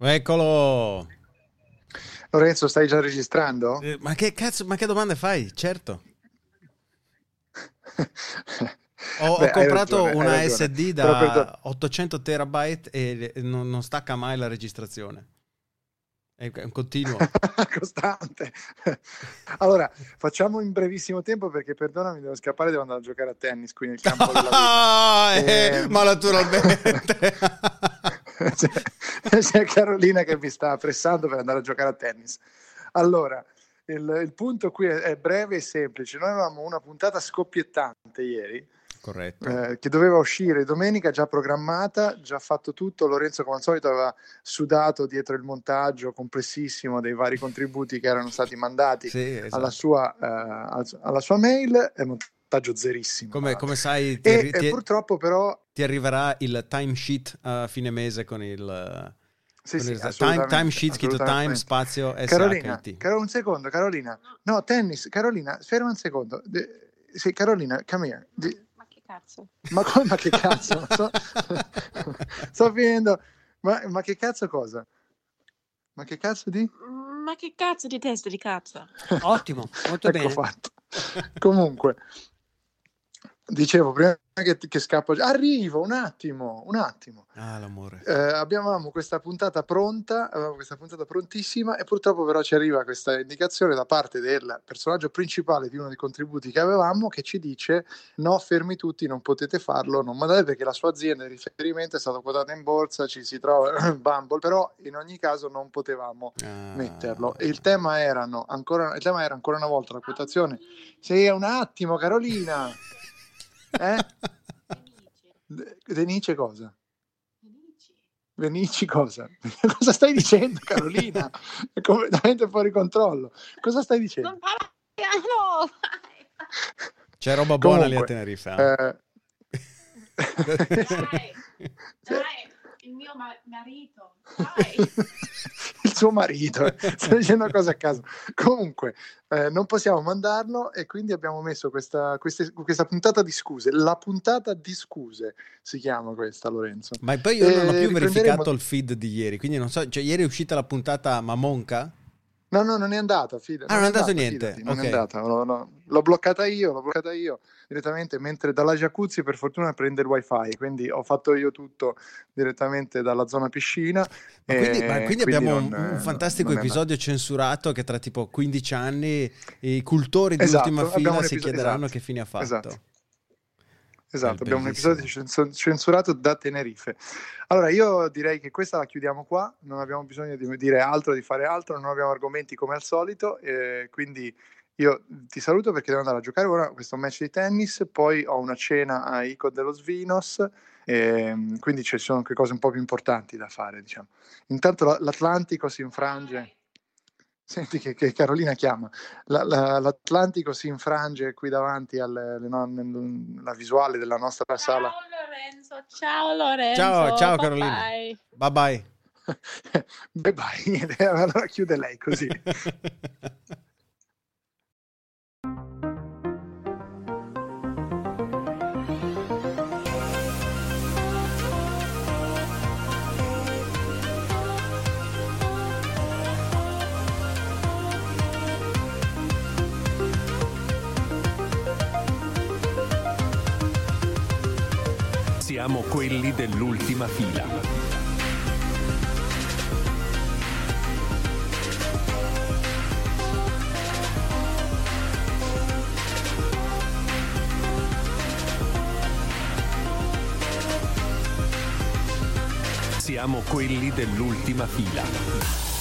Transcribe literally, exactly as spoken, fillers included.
Eccolo. Lorenzo, stai già registrando? Eh, ma che cazzo, ma che domande fai? Certo. Ho, Beh, ho comprato ragione, una S D Però per do- da ottocento terabyte e non, non stacca mai la registrazione. È un continuo. costante. Allora, facciamo in brevissimo tempo perché, perdonami, devo scappare, devo andare a giocare a tennis qui nel campo della Ah, vita. eh, E... ma naturalmente. c'è, c'è Carolina che mi sta pressando per andare a giocare a tennis. Allora, il, il punto qui è, è breve e semplice. Noi avevamo una puntata scoppiettante ieri. Corretto. Eh, che doveva uscire domenica, già programmata, già fatto tutto. Lorenzo, come al solito, aveva sudato dietro il montaggio complessissimo dei vari contributi che erano stati mandati Sì, esatto. alla, sua, eh, alla sua mail. È montaggio zerissimo. Come, come sai, ti, e, ti, e purtroppo però ti arriverà il timesheet a fine mese con il, sì, con sì, il time, timesheet scritto time spazio S H I T. Carolina, Car- un secondo, Carolina. No, tennis, Carolina, ferma un secondo. De- sì, Carolina, come here. De- Cazzo. Ma, come, ma che cazzo? sto, sto finendo. Ma, ma che cazzo cosa? Ma che cazzo di? Ma che cazzo di testa di cazzo? Ottimo, molto ecco bene. Fatto. Comunque, dicevo prima che, che scappo. Arrivo un attimo, un attimo. Ah, l'amore. Eh, abbiamo questa puntata pronta, avevamo questa puntata prontissima e purtroppo però ci arriva questa indicazione da parte del personaggio principale di uno dei contributi che avevamo che ci dice: no, fermi tutti, non potete farlo, non mandate, perché la sua azienda di riferimento è stata quotata in borsa, ci si trova Bumble, però in ogni caso non potevamo ah. metterlo. E il tema erano ancora il tema era ancora una volta la quotazione. Sì, un attimo, Carolina. Eh? Venice cosa? Venici cosa? Cosa stai dicendo, Carolina? È completamente fuori controllo. Cosa stai dicendo? Non parliamo! C'è roba buona. Comunque, lì a Tenerife. Eh... dai, dai, il mio ma- marito, dai. Il suo marito, sto dicendo cose a caso. Comunque, eh, non possiamo mandarlo e quindi abbiamo messo questa, queste, questa puntata di scuse. La puntata di scuse si chiama questa, Lorenzo. Ma poi io non ho più e verificato il feed di ieri, quindi non so, cioè ieri è uscita la puntata Mamonca? No, no, non è andata. Fida, ah, non è andato andata, niente. Fidati, non okay. è andata. No, no. L'ho bloccata io, l'ho bloccata io direttamente, mentre dalla jacuzzi per fortuna prende il wifi, quindi ho fatto io tutto direttamente dalla zona piscina. Ma quindi, ma quindi, quindi abbiamo non, un, un fantastico episodio censurato che tra tipo quindici anni i cultori di esatto, Ultima Fila si episodio, chiederanno esatto, che fine ha fatto. Esatto. Esatto, abbiamo un episodio censurato da Tenerife. Allora io direi che questa la chiudiamo qua, non abbiamo bisogno di dire altro, di fare altro, non abbiamo argomenti come al solito, eh, quindi io ti saluto perché devo andare a giocare ora questo match di tennis, poi ho una cena a Ico dello Svinos, eh, quindi ci sono anche cose un po' più importanti da fare, diciamo. Intanto l'Atlantico si infrange. Senti che, che Carolina chiama. La, la, L'Atlantico si infrange qui davanti alla visuale della nostra ciao, sala. Lorenzo, ciao Lorenzo. Ciao, ciao bye Carolina. Bye bye. Bye bye. Bye. Allora chiude lei così. Siamo quelli dell'ultima fila. Siamo quelli dell'ultima fila.